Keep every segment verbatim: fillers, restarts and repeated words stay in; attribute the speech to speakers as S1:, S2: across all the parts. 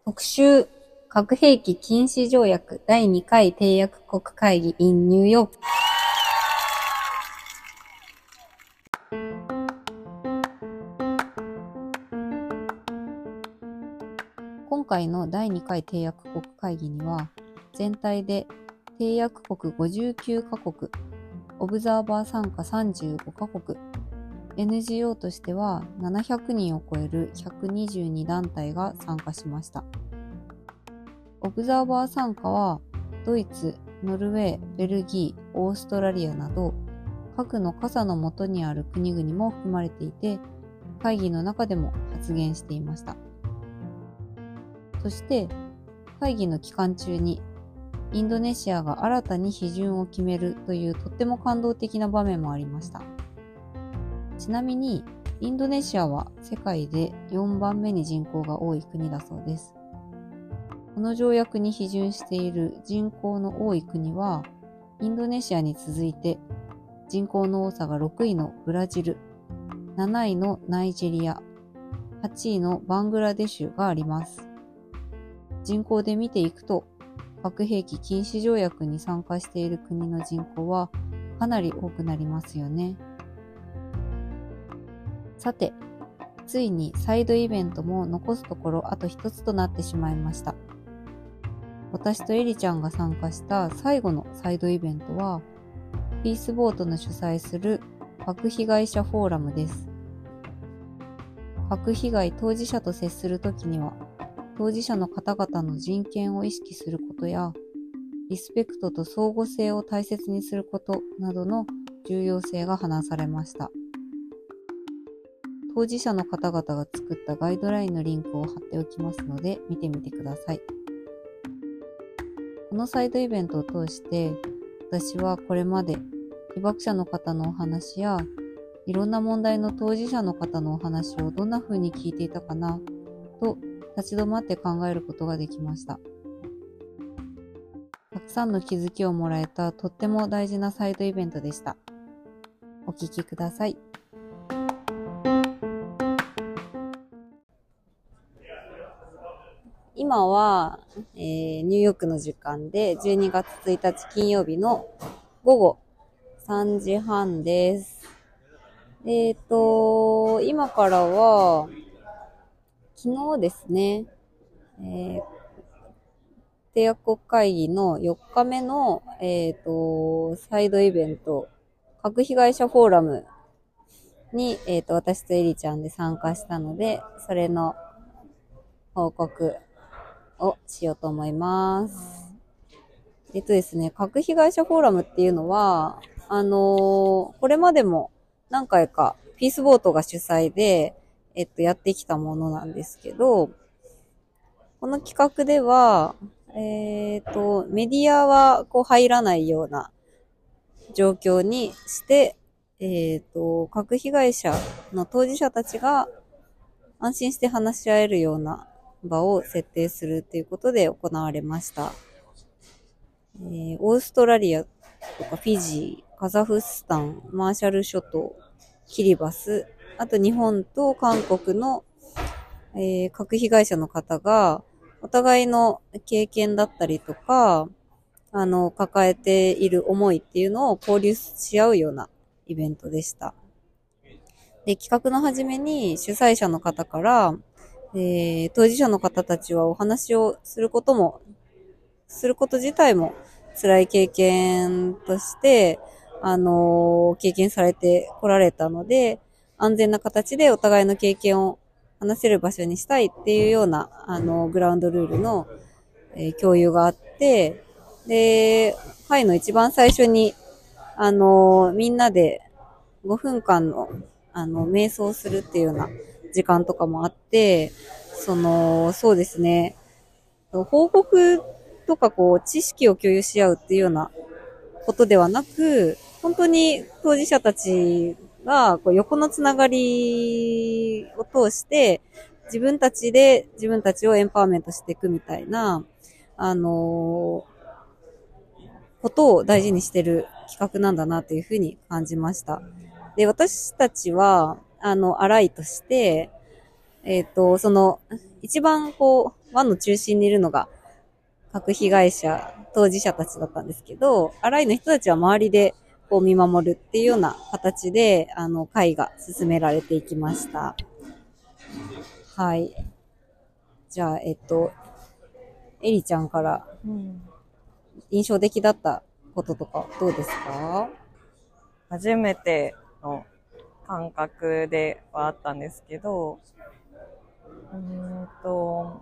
S1: 特集、核兵器禁止条約だいにかい締約国会議 in ニューヨーク。今回のだいにかい締約国会議には、全体で締約国ごじゅうきゅうカ国、オブザーバー参加さんじゅうごカ国、エヌジーオー としてはななひゃくにんを超えるひゃくにじゅうに団体が参加しました。オブザーバー参加はドイツ、ノルウェー、ベルギー、オーストラリアなど核の傘の下にある国々も含まれていて、会議の中でも発言していました。そして会議の期間中にインドネシアが新たに批准を決めるというとっても感動的な場面もありました。ちなみにインドネシアは世界でよんばんめに人口が多い国だそうです。この条約に批准している人口の多い国はインドネシアに続いて人口の多さがろくいのブラジル、なないのナイジェリア、はちいのバングラデシュがあります。人口で見ていくと核兵器禁止条約に参加している国の人口はかなり多くなりますよね。さて、ついにサイドイベントも残すところあと一つとなってしまいました。私とエリちゃんが参加した最後のサイドイベントは、ピースボートの主催する核被害者フォーラムです。核被害当事者と接するときには、当事者の方々の人権を意識することや、リスペクトと相互性を大切にすることなどの重要性が話されました。当事者の方々が作ったガイドラインのリンクを貼っておきますので見てみてください。このサイドイベントを通して私はこれまで被爆者の方のお話やいろんな問題の当事者の方のお話をどんな風に聞いていたかなと立ち止まって考えることができました。たくさんの気づきをもらえたとっても大事なサイドイベントでした。お聞きください。今は、えー、ニューヨークの時間でじゅうにがつついたち金曜日の午後さんじはんです。えっと、今からは昨日ですね、えー、締約国会議のよっかめの、えっと、サイドイベント、核被害者フォーラムに、えっと、私とエリちゃんで参加したので、それの報告をしようと思います。えっとですね、核被害者フォーラムっていうのは、あのー、これまでも何回かピースボートが主催で、えっと、やってきたものなんですけど、この企画では、えっと、メディアはこう入らないような状況にして、えっと、核被害者の当事者たちが安心して話し合えるような場を設定するということで行われました。えー、オーストラリアとかフィジー、カザフスタン、マーシャル諸島、キリバス、あと日本と韓国の、えー、核被害者の方がお互いの経験だったりとか、あの、抱えている思いっていうのを交流し合うようなイベントでした。で、企画の初めに主催者の方から、えー、当事者の方たちはお話をすることも、すること自体も辛い経験として、あのー、経験されてこられたので、安全な形でお互いの経験を話せる場所にしたいっていうような、あのー、グラウンドルールの、えー、共有があって、で、会の一番最初に、あのー、みんなでごふんかんの、あの、瞑想するっていうような時間とかもあって、その、そうですね、報告とかこう、知識を共有し合うっていうようなことではなく、本当に当事者たちがこう横のつながりを通して、自分たちで自分たちをエンパワーメントしていくみたいな、あのー、ことを大事にしてる企画なんだなというふうに感じました。で、私たちは、あの、アライとして、ええっと、その、一番こう、輪の中心にいるのが、各被害者、当事者たちだったんですけど、アライの人たちは周りでこう見守るっていうような形で、あの、会が進められていきました。はい。じゃあ、えっと、エリちゃんから印象的だったこととかどうですか？
S2: 初めての感覚ではあったんですけど、うーんと、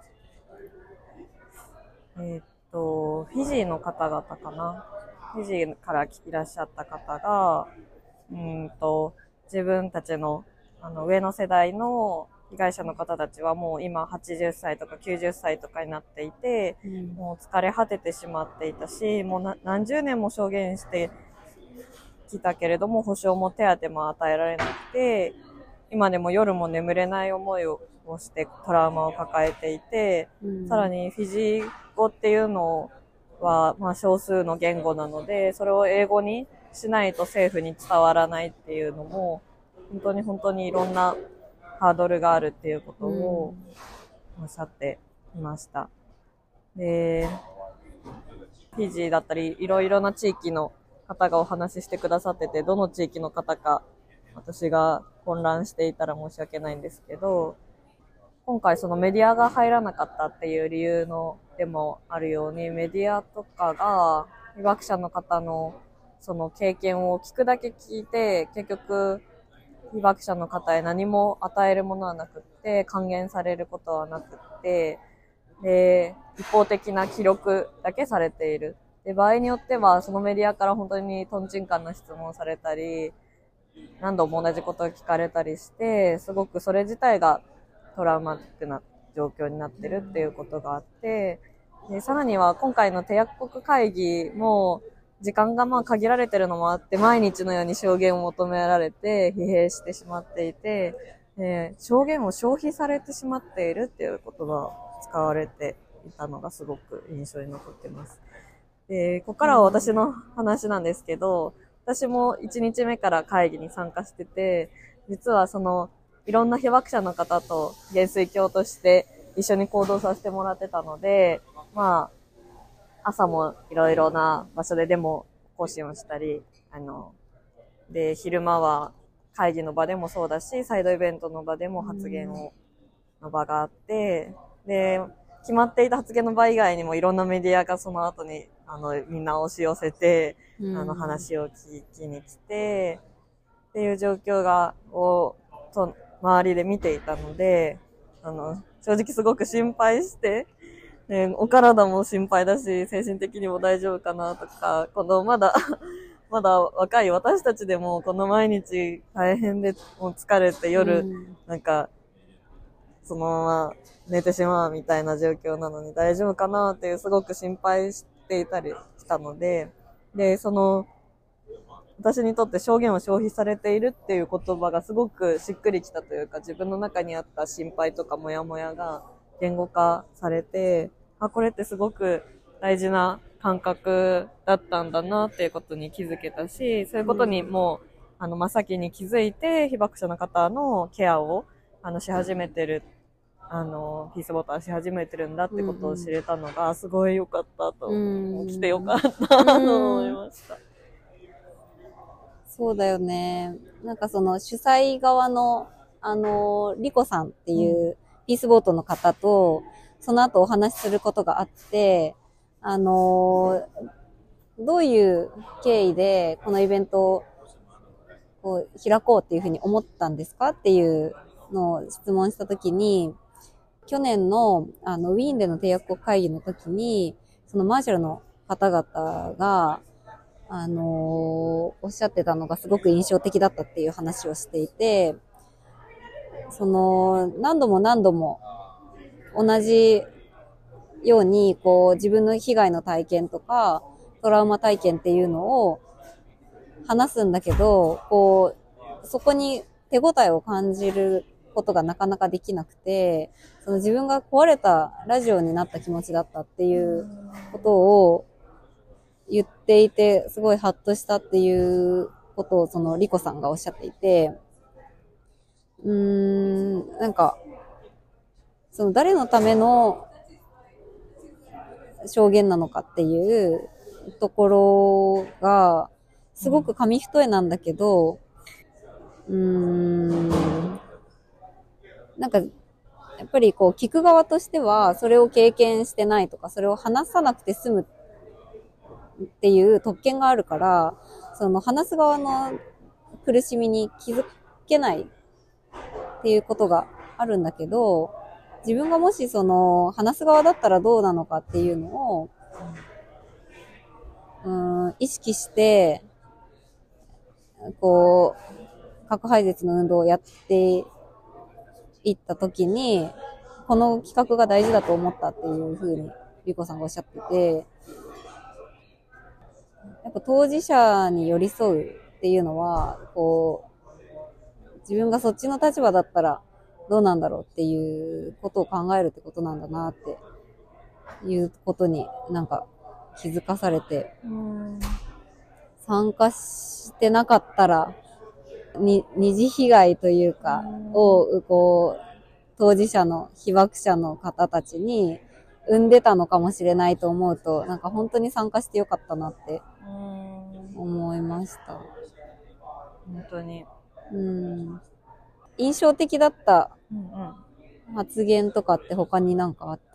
S2: えーっと、フィジーの方々かな。フィジーからいらっしゃった方が、うーんと、自分たちの、あの、上の世代の被害者の方たちはもう今はちじゅっさいとかきゅうじゅっさいとかになっていて、
S1: うん、
S2: もう疲れ果ててしまっていたし、もう何十年も証言してきたけれども、保証も手当も与えられなくて、今でも夜も眠れない思いをしてトラウマを抱えていて、
S1: うん、
S2: さらにフィジー語っていうのは、まあ、少数の言語なので、それを英語にしないと政府に伝わらないっていうのも、本当に本当にいろんなハードルがあるっていうことをおっしゃっていました。で、フィジーだったり、いろいろな地域の方がお話ししてくださってて、どの地域の方か私が混乱していたら申し訳ないんですけど、今回そのメディアが入らなかったっていう理由のでもあるように、メディアとかが被爆者の方のその経験を聞くだけ聞いて、結局被爆者の方へ何も与えるものはなくって、還元されることはなくって、で、一方的な記録だけされている。で、場合によってはそのメディアから本当にトンチンカンな質問をされたり、何度も同じことを聞かれたりして、すごくそれ自体がトラウマティックな状況になってるっていうことがあって、でさらには今回の締約国会議も時間がまあ限られてるのもあって、毎日のように証言を求められて疲弊してしまっていて、えー、証言を消費されてしまっているっていう言葉を使われていたのがすごく印象に残っています。で、ここからは私の話なんですけど、私もいちにちめから会議に参加してて、実はそのいろんな被爆者の方と元帥教として一緒に行動させてもらってたので、まあ、朝もいろいろな場所でデモ行進をしたり、あの、で、昼間は会議の場でもそうだし、サイドイベントの場でも発言を、の場があって、で、決まっていた発言の場以外にもいろんなメディアがその後に、あの、みんな押し寄せて、あの、話を聞きに来て、っていう状況が、を、と、周りで見ていたので、あの、正直すごく心配して、ね、お体も心配だし、精神的にも大丈夫かなとか、このまだ、まだ若い私たちでもこの毎日大変で、もう疲れて夜、なんか、そのまま寝てしまうみたいな状況なのに大丈夫かなっていうすごく心配していたりしたので、で、その、私にとって証言を消費されているっていう言葉がすごくしっくりきたというか、自分の中にあった心配とかモヤモヤが言語化されて、あ、これってすごく大事な感覚だったんだなっていうことに気づけたし、そういうことにもう、あの、真っ先に気づいて、被爆者の方のケアを、あの、し始めてる、あの、ピースボタンし始めてるんだってことを知れたのが、すごい良かったと、来て良かったと思いました。
S1: そうだよね。なんかその主催側の、あの、リコさんっていうピースボートの方と、その後お話しすることがあって、あの、どういう経緯でこのイベントをこう開こうっていうふうに思ったんですかっていうのを質問したときに、去年のあのウィーンでの締約国会議の時に、そのマーシャルの方々が、あのー、おっしゃってたのがすごく印象的だったっていう話をしていて、その、何度も何度も同じように、こう、自分の被害の体験とか、トラウマ体験っていうのを話すんだけど、こう、そこに手応えを感じることがなかなかできなくて、その自分が壊れたラジオになった気持ちだったっていうことを言っていて、すごいハッとしたっていうことをそのリコさんがおっしゃっていて、うーん、なんかその誰のための証言なのかっていうところが、すごく紙一重なんだけど、うーん、なんか、やっぱりこう聞く側としては、それを経験してないとか、それを話さなくて済むっていう特権があるから、その話す側の苦しみに気づけないっていうことがあるんだけど、自分がもしその話す側だったらどうなのかっていうのを、うーん、意識して、こう、核廃絶の運動をやっていったときに、この企画が大事だと思ったっていうふうに、リコさんがおっしゃってて、やっぱ当事者に寄り添うっていうのは、こう、自分がそっちの立場だったらどうなんだろうっていうことを考えるってことなんだなっていうことになんか気づかされて、
S2: うん
S1: 参加してなかったら、に二次被害というか、を、こう、当事者の被爆者の方たちに生んでたのかもしれないと思うと、なんか本当に参加してよかったなって思いました。
S2: 本当に。
S1: うん。印象的だった発言とかって他になんかあった？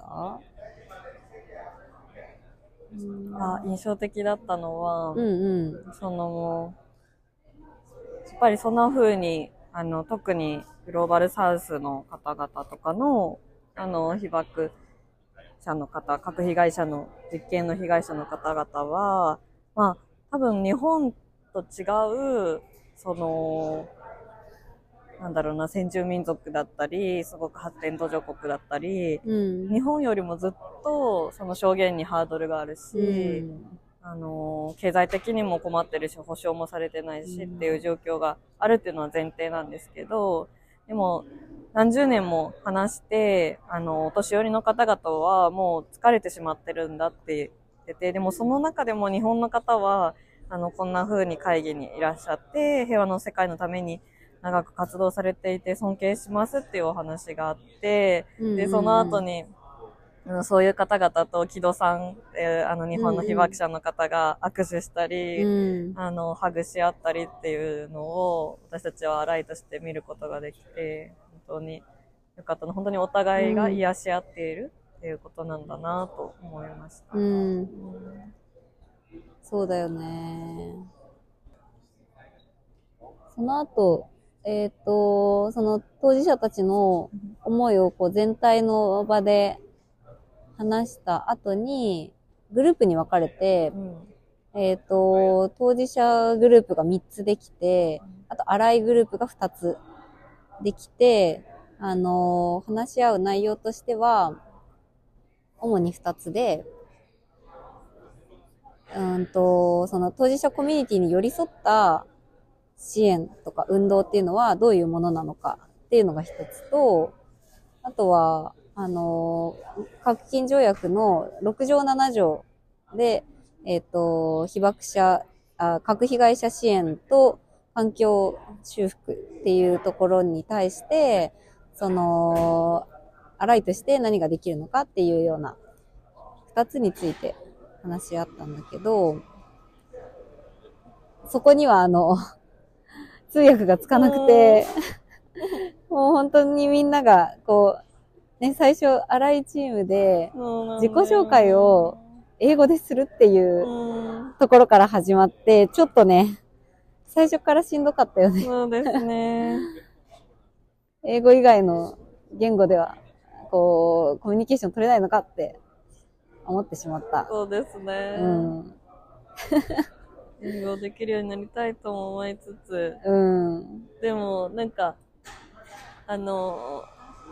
S2: あ、印象的だったのは、
S1: うんうん、
S2: その、やっぱりそんな風に、あの、特にグローバルサウスの方々とかの、あの、被爆者の方、核被害者の、実験の被害者の方々は、まあ、多分日本と違う、その、なんだろうな、先住民族だったり、すごく発展途上国だったり、
S1: うん、
S2: 日本よりもずっとその証言にハードルがあるし、うん、あの、経済的にも困ってるし、保障もされてないしっていう状況があるっていうのは前提なんですけど、でも、何十年も話して、あの、お年寄りの方々はもう疲れてしまってるんだって言ってて、でもその中でも日本の方は、あの、こんな風に会議にいらっしゃって、平和の世界のために長く活動されていて尊敬しますっていうお話があって、で、その後に、そういう方々と木戸さん、えー、あの日本の被爆者の方が握手したり、うん、あの、ハグし合ったりっていうのを私たちはライトして見ることができて、本当によかったの。本当にお互いが癒し合っているっていうことなんだなと思いました。
S1: うんうん、そうだよね。その後、えっと、その当事者たちの思いをこう全体の場で話した後に、グループに分かれて、うん、えっと、当事者グループがみっつできて、あと、荒いグループがふたつできて、あの、話し合う内容としては、主にふたつで、うんと、その当事者コミュニティに寄り添った支援とか運動っていうのはどういうものなのかっていうのが一つと、あとは、あの、核禁条約のろく条なな条で、えっと、被爆者あ、核被害者支援と環境修復っていうところに対して、その、アライとして何ができるのかっていうような二つについて話し合ったんだけど、そこにはあの、通訳がつかなくて、もう本当にみんなが、こう、ね、最初、荒井チームで、自己紹介を英語でするっていうところから始まって、ちょっとね、最初からしんどかったよね。
S2: そうですね。
S1: 英語以外の言語では、こう、コミュニケーション取れないのかって思ってしまった。
S2: そうですね。うん。英語できるようになりたいとも思いつつ、うん、でもなんかあの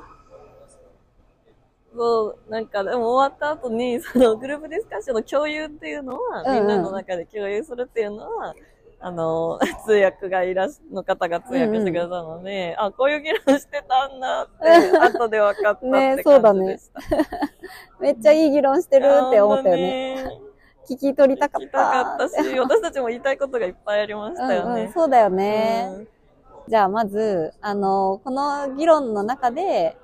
S2: そうなんかでも終わった後にそのグループディスカッションの共有っていうのは、うんうん、みんなの中で共有するっていうのはあの通訳がいらしの方が通訳してくれたので、うんうん、あこういう議論してたんだって後で分かったって感じでした。ね、そうだね。
S1: めっちゃいい議論してるって思ったよね。聞き取りたかった。聞きた
S2: かったし、私たちも言いたいことがいっぱいありましたよね。
S1: うんうん、そうだよね。うん、じゃあまず、あの、この議論の中で、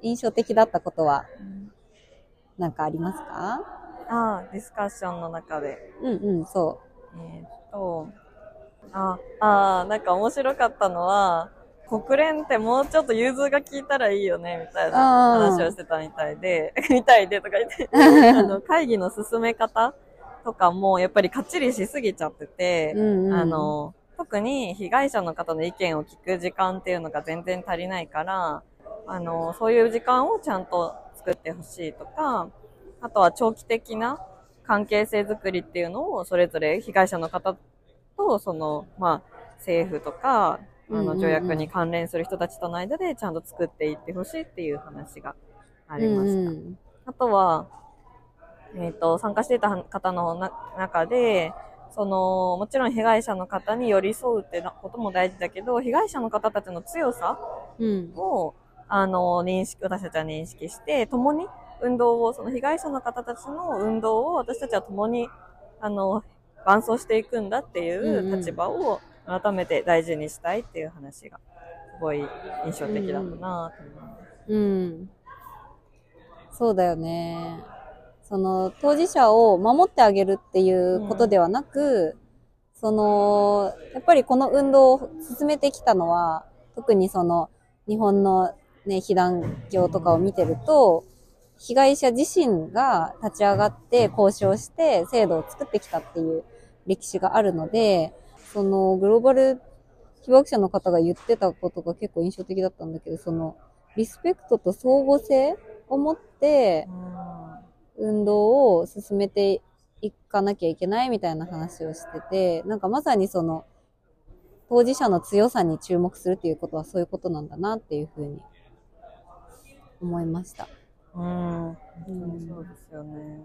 S1: 印象的だったことは、なんかありますか？
S2: ああ、ディスカッションの中で。
S1: うんうん、そ
S2: えーっと、あ、あー、なんか面白かったのは、国連ってもうちょっと融通が効いたらいいよね、みたいな話をしてたみたいで、みたいでとか言って、あの、会議の進め方とかもやっぱりかっちりしすぎちゃってて、
S1: うんうん、
S2: あの、特に被害者の方の意見を聞く時間っていうのが全然足りないから、あの、そういう時間をちゃんと作ってほしいとか、あとは長期的な関係性づくりっていうのをそれぞれ被害者の方と、その、まあ、政府とか、あの、条約に関連する人たちとの間でちゃんと作っていってほしいっていう話がありました。うんうん、あとは、えっと、参加していた方のな中で、その、もちろん被害者の方に寄り添うってことも大事だけど、被害者の方たちの強さを、うん、あの、認識、私たちは認識して、共に運動を、その被害者の方たちの運動を私たちは共に、あの、伴走していくんだっていう立場を改めて大事にしたいっていう話が、すごい印象的だったなと思います。
S1: うん、うん。そうだよね。その、当事者を守ってあげるっていうことではなく、うん、その、やっぱりこの運動を進めてきたのは、特にその、日本のね、被団業とかを見てると、被害者自身が立ち上がって交渉して制度を作ってきたっていう歴史があるので、そのグローバル被爆者の方が言ってたことが結構印象的だったんだけど、そのリスペクトと相互性を持って運動を進めていかなきゃいけないみたいな話をしてて、なんかまさにその当事者の強さに注目するっていうことはそういうことなんだなっていうふうに思いました。
S2: うん、うん、そうですよね。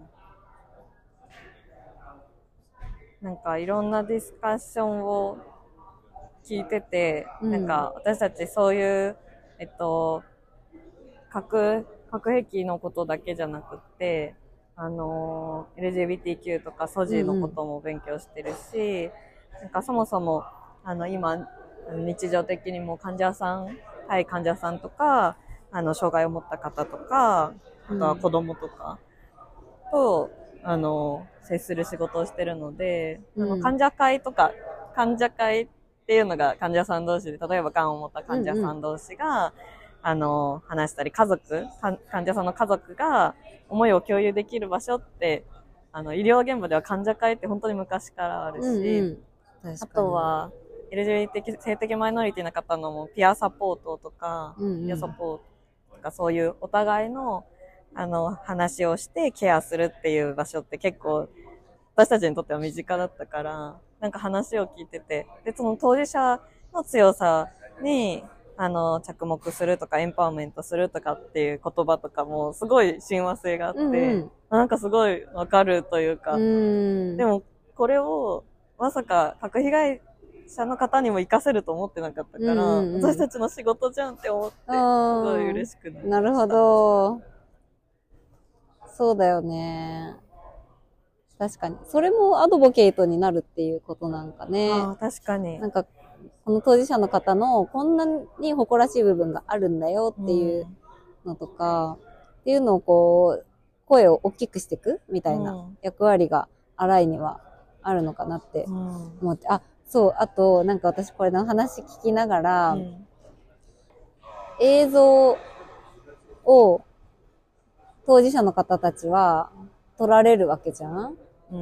S2: なんかいろんなディスカッションを聞いてて、うん、なんか私たちそういう、えっと、核、核兵器のことだけじゃなくって、あの、エルジービーティーキュー とかソジのことも勉強してるし、うんうん、なんかそもそも、あの、今、日常的にも患者さん、対患者さんとか、あの、障害を持った方とか、あとは子供とかと、うん、あの、接する仕事をしてるので、うん、あの患者会とか、患者会っていうのが患者さん同士で、例えば癌を持った患者さん同士が、うんうん、あの、話したり、家族、患者さんの家族が思いを共有できる場所って、あの、医療現場では患者会って本当に昔からあるし、うんうん、あとは、エルジービーティー 的、性的マイノリティの方のもピアサポートとか、うんうん、ピアサポートとか、そういうお互いの、あの、話をしてケアするっていう場所って結構、私たちにとっては身近だったから、なんか話を聞いてて、で、その当事者の強さに、あの、着目するとか、エンパワーメントするとかっていう言葉とかも、すごい親和性があって、うんうん、なんかすごいわかるというか、うん、でも、これを、まさか、核被害者の方にも活かせると思ってなかったから、うんうん、私たちの仕事じゃんって思って、すごい嬉しくなりました。
S1: なるほど。そうだよね。確かに。それもアドボケイトになるっていうことなんかね。
S2: ああ、確かに。
S1: なんか、この当事者の方のこんなに誇らしい部分があるんだよっていうのとか、うん、っていうのをこう、声を大きくしていくみたいな役割が荒いにはあるのかなって思って。うん、あ、そう、あと、なんか私これの話聞きながら、うん、映像を当事者の方たちは撮られるわけじゃん。うん、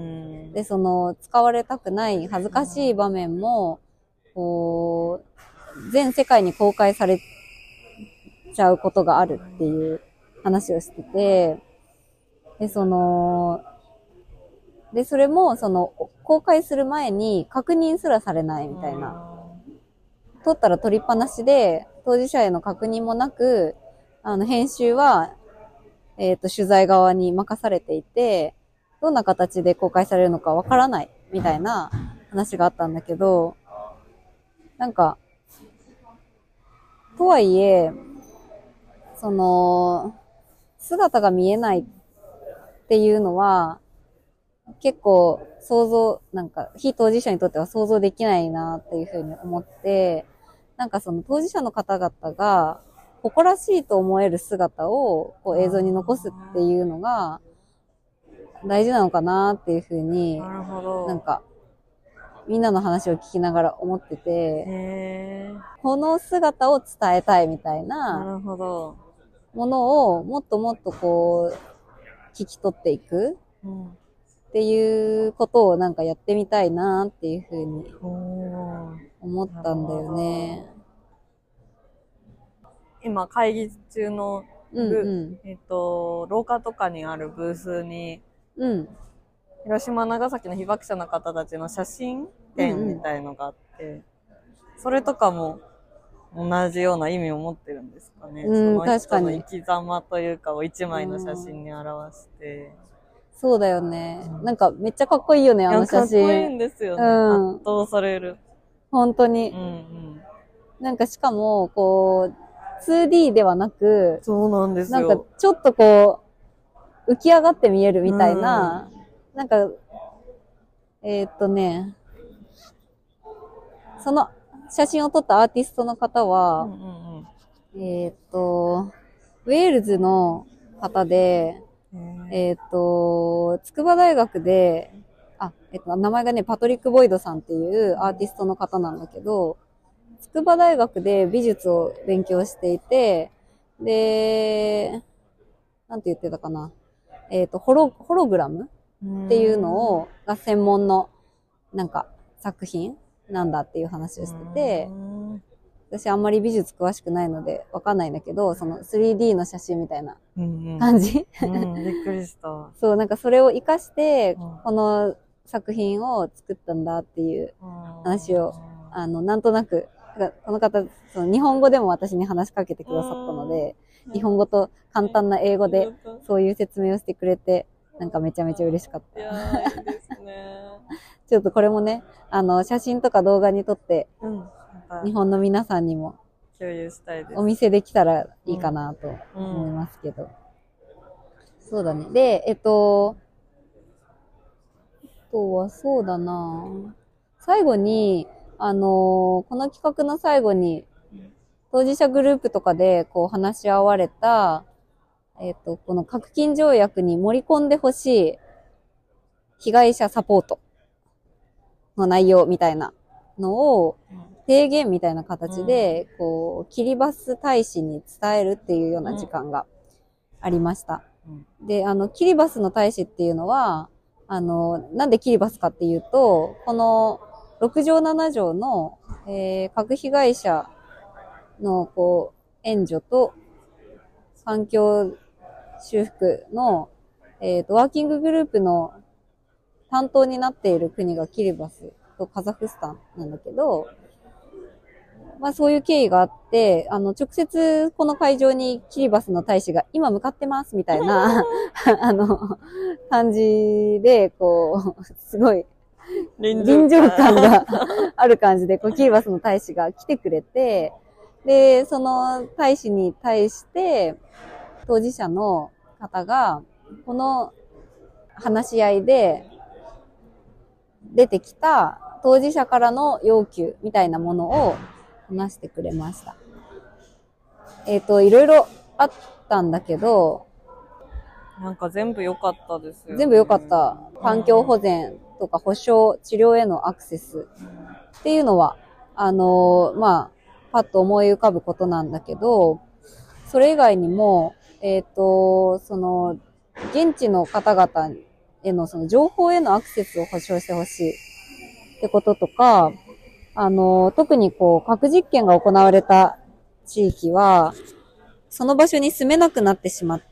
S1: で、その、使われたくない恥ずかしい場面も、こう、全世界に公開されちゃうことがあるっていう話をしてて、で、その、で、それも、その、公開する前に確認すらされないみたいな。撮ったら撮りっぱなしで、当事者への確認もなく、あの、編集は、えっと、取材側に任されていて、どんな形で公開されるのかわからないみたいな話があったんだけど、なんか、とはいえ、その、姿が見えないっていうのは、結構想像、なんか非当事者にとっては想像できないなっていうふうに思って、なんかその当事者の方々が誇らしいと思える姿をこう映像に残すっていうのが大事なのかなっていうふうに、
S2: なるほど。
S1: なんか、みんなの話を聞きながら思ってて、
S2: へー。
S1: この姿を伝えたいみたい
S2: な
S1: な
S2: るほど。
S1: ものをもっともっとこう、聞き取っていく
S2: うん
S1: っていうことをなんかやってみたいなっていうふうに
S2: おー
S1: 思ったんだよね。
S2: 今会議中のブ、
S1: うんうん
S2: えっと、廊下とかにあるブースに、
S1: うん。
S2: 広島、長崎の被爆者の方たちの写真展みたいのがあって、それとかも同じような意味を持ってるんですかね。
S1: うん
S2: その
S1: 確かに
S2: 人の生き様というかを一枚の写真に表して。
S1: そうだよね。なんかめっちゃかっこいいよね、あの写真。
S2: いやかっこいいんですよね。
S1: うん
S2: 圧倒される。
S1: 本当に。
S2: うんうん。
S1: なんかしかも、こう、ツーディー ではなく、
S2: そうなんです
S1: なん
S2: よ。
S1: かちょっとこう、浮き上がって見えるみたいな、なんか、えーっとね、その写真を撮ったアーティストの方は、
S2: うんうん
S1: えーっと、ウェールズの方で、
S2: うん。
S1: えーっと、筑波大学で、あ、えっと、名前がね、パトリック・ボイドさんっていうアーティストの方なんだけど、筑波大学で美術を勉強していて、で、なんて言ってたかな。えっと、ホロ、ホログラムっていうのを、が専門の、なんか、作品なんだっていう話をしてて、私あんまり美術詳しくないのでわかんないんだけど、その スリーディー の写真みたいな感じ、
S2: うんうん、びっくりした。
S1: そう、なんかそれを活かして、
S2: うん
S1: この作品を作ったんだっていう話を、あの、なんとなく、この方、その日本語でも私に話しかけてくださったので、日本語と簡単な英語でそういう説明をしてくれて、なんかめちゃめちゃ嬉しかった。
S2: いやー、いいですね。
S1: ちょっとこれもね、あの、写真とか動画に撮って、
S2: うん。
S1: 日本の皆さんにも
S2: 共有したいです。
S1: お見せできたらいいかなと思いますけど。うんうん、そうだね。で、えっと、あとはそうだな最後に、あのー、この企画の最後に、当事者グループとかでこう話し合われた、えっと、この核禁条約に盛り込んでほしい被害者サポートの内容みたいなのを提言みたいな形で、こう、キリバス大使に伝えるっていうような時間がありました。で、あの、キリバスの大使っていうのは、あの、なんでキリバスかっていうと、このろく条なな条の、えー、核被害者の、こう、援助と環境修復の、えっと、ワーキンググループの担当になっている国がキリバスとカザフスタンなんだけど、まあそういう経緯があって、あの、直接この会場にキリバスの大使が今向かってますみたいな、あの、感じで、こう、すごい、臨場感がある感じで、こう、キリバスの大使が来てくれて、で、その大使に対して、当事者の方が、この話し合いで出てきた当事者からの要求みたいなものを話してくれました。えっと、いろいろあったんだけど、
S2: なんか全部良かったですよね。
S1: 全部良かった。環境保全とか保障、治療へのアクセスっていうのは、あの、まあ、パッと思い浮かぶことなんだけど、それ以外にも、えっと、その、現地の方々へのその情報へのアクセスを保障してほしいってこととか、あの、特にこう、核実験が行われた地域は、その場所に住めなくなってしまって、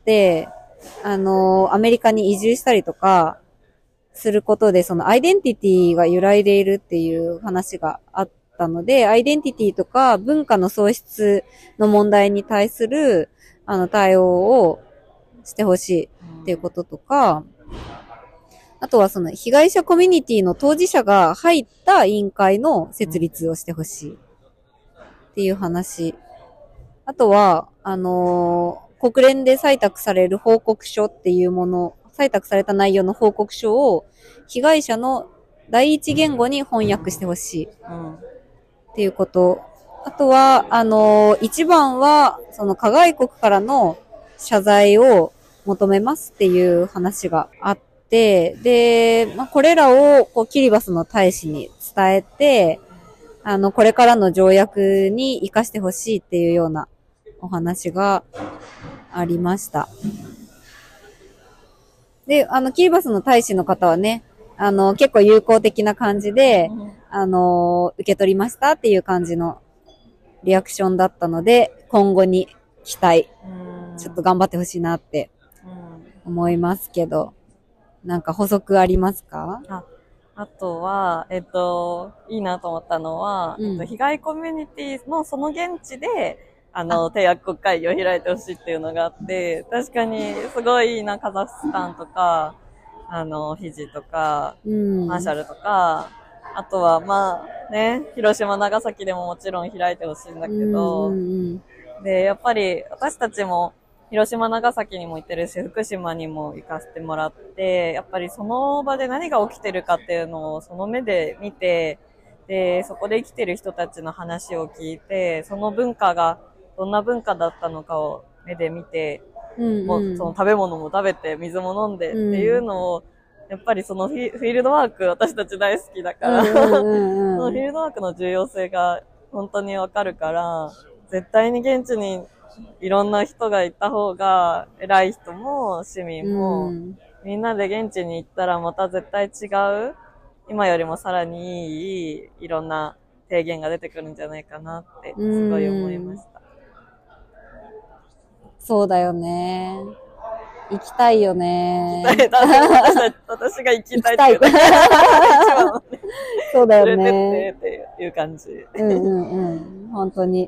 S1: あの、アメリカに移住したりとか、することで、そのアイデンティティが揺らいでいるっていう話があったので、アイデンティティとか文化の喪失の問題に対する、あの、対応をしてほしいっていうこととか、あとはその被害者コミュニティの当事者が入った委員会の設立をしてほしいっていう話。あとは、あのー、国連で採択される報告書っていうもの、採択された内容の報告書を被害者の第一言語に翻訳してほしいっていうことあとは、あの、一番は、その、加害国からの謝罪を求めますっていう話があって、で、まあ、これらを、こう、キリバスの大使に伝えて、あの、これからの条約に活かしてほしいっていうようなお話がありました。で、あの、キリバスの大使の方はね、あの、結構友好的な感じで、あの、受け取りましたっていう感じのリアクションだったので、今後に期待。ちょっと頑張ってほしいなって思いますけど、なんか補足ありますか？
S2: あ、あとは、えっと、いいなと思ったのは、
S1: うん
S2: えっと、被害コミュニティのその現地で、あの、締約国会議を開いてほしいっていうのがあって、確かにすごいいいな、カザフスタンとか、あの、フィジーとか、
S1: うん。
S2: マーシャルとか、あとは、まあ、ね、広島、長崎でももちろん開いてほしいんだけど、
S1: うんうん
S2: で、やっぱり私たちも広島、長崎にも行ってるし、福島にも行かせてもらって、やっぱりその場で何が起きてるかっていうのをその目で見て、で、そこで生きてる人たちの話を聞いて、その文化がどんな文化だったのかを目で見て、
S1: うんうん
S2: もうその食べ物も食べて、水も飲んでっていうのを、やっぱりそのフィフィールドワーク私たち大好きだから、
S1: うんうんうん
S2: そのフィールドワークの重要性が本当にわかるから、絶対に現地にいろんな人が行った方が、偉い人も市民も、
S1: うん
S2: みんなで現地に行ったらまた絶対違う、今よりもさらにいい、いろんな提言が出てくるんじゃないかなって、すごい思いました。
S1: そうだよね。行きたいよね。
S2: 私私が行きたいっていうだけ
S1: そうだよね。
S2: 連れてってっていう感じ。
S1: うんうんうん。本当に。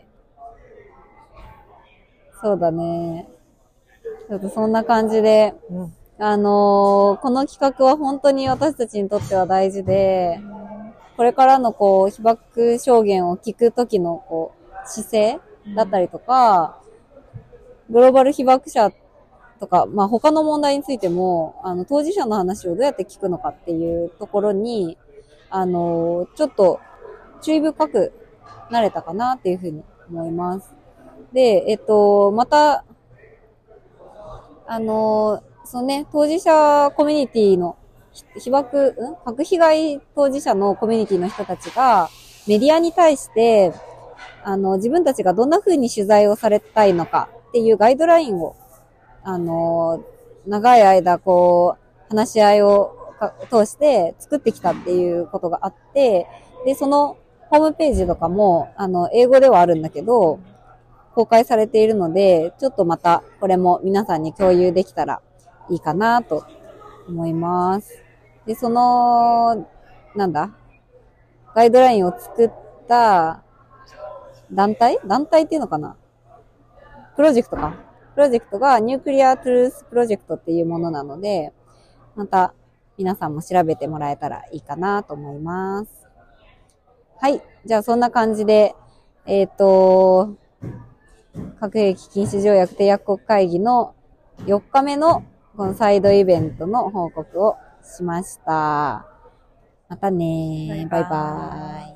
S1: そうだね。ちょっとそんな感じで、
S2: うん、
S1: あのー、この企画は本当に私たちにとっては大事で、これからのこう、被爆証言を聞くときのこう、姿勢だったりとか、グローバル被爆者とか、まあ他の問題についても、あの、当事者の話をどうやって聞くのかっていうところに、あの、ちょっと注意深くなれたかなっていうふうに思います。で、えっと、また、あの、そのね、当事者コミュニティの、被爆、ん核被害当事者のコミュニティの人たちが、メディアに対して、あの、自分たちがどんな風に取材をされたいのかっていうガイドラインを、あの、長い間、こう、話し合いを通して作ってきたっていうことがあって、で、そのホームページとかも、あの、英語ではあるんだけど、公開されているので、ちょっとまたこれも皆さんに共有できたらいいかなと思います。で、その、なんだ、ガイドラインを作った団体団体っていうのかなプロジェクトか。プロジェクトがニュークリアトゥルースプロジェクトっていうものなので、また皆さんも調べてもらえたらいいかなと思います。はい。じゃあそんな感じで、えっと、核兵器禁止条約締約国会議のよっかめのこのサイドイベントの報告をしました。またねー。バイバーイ。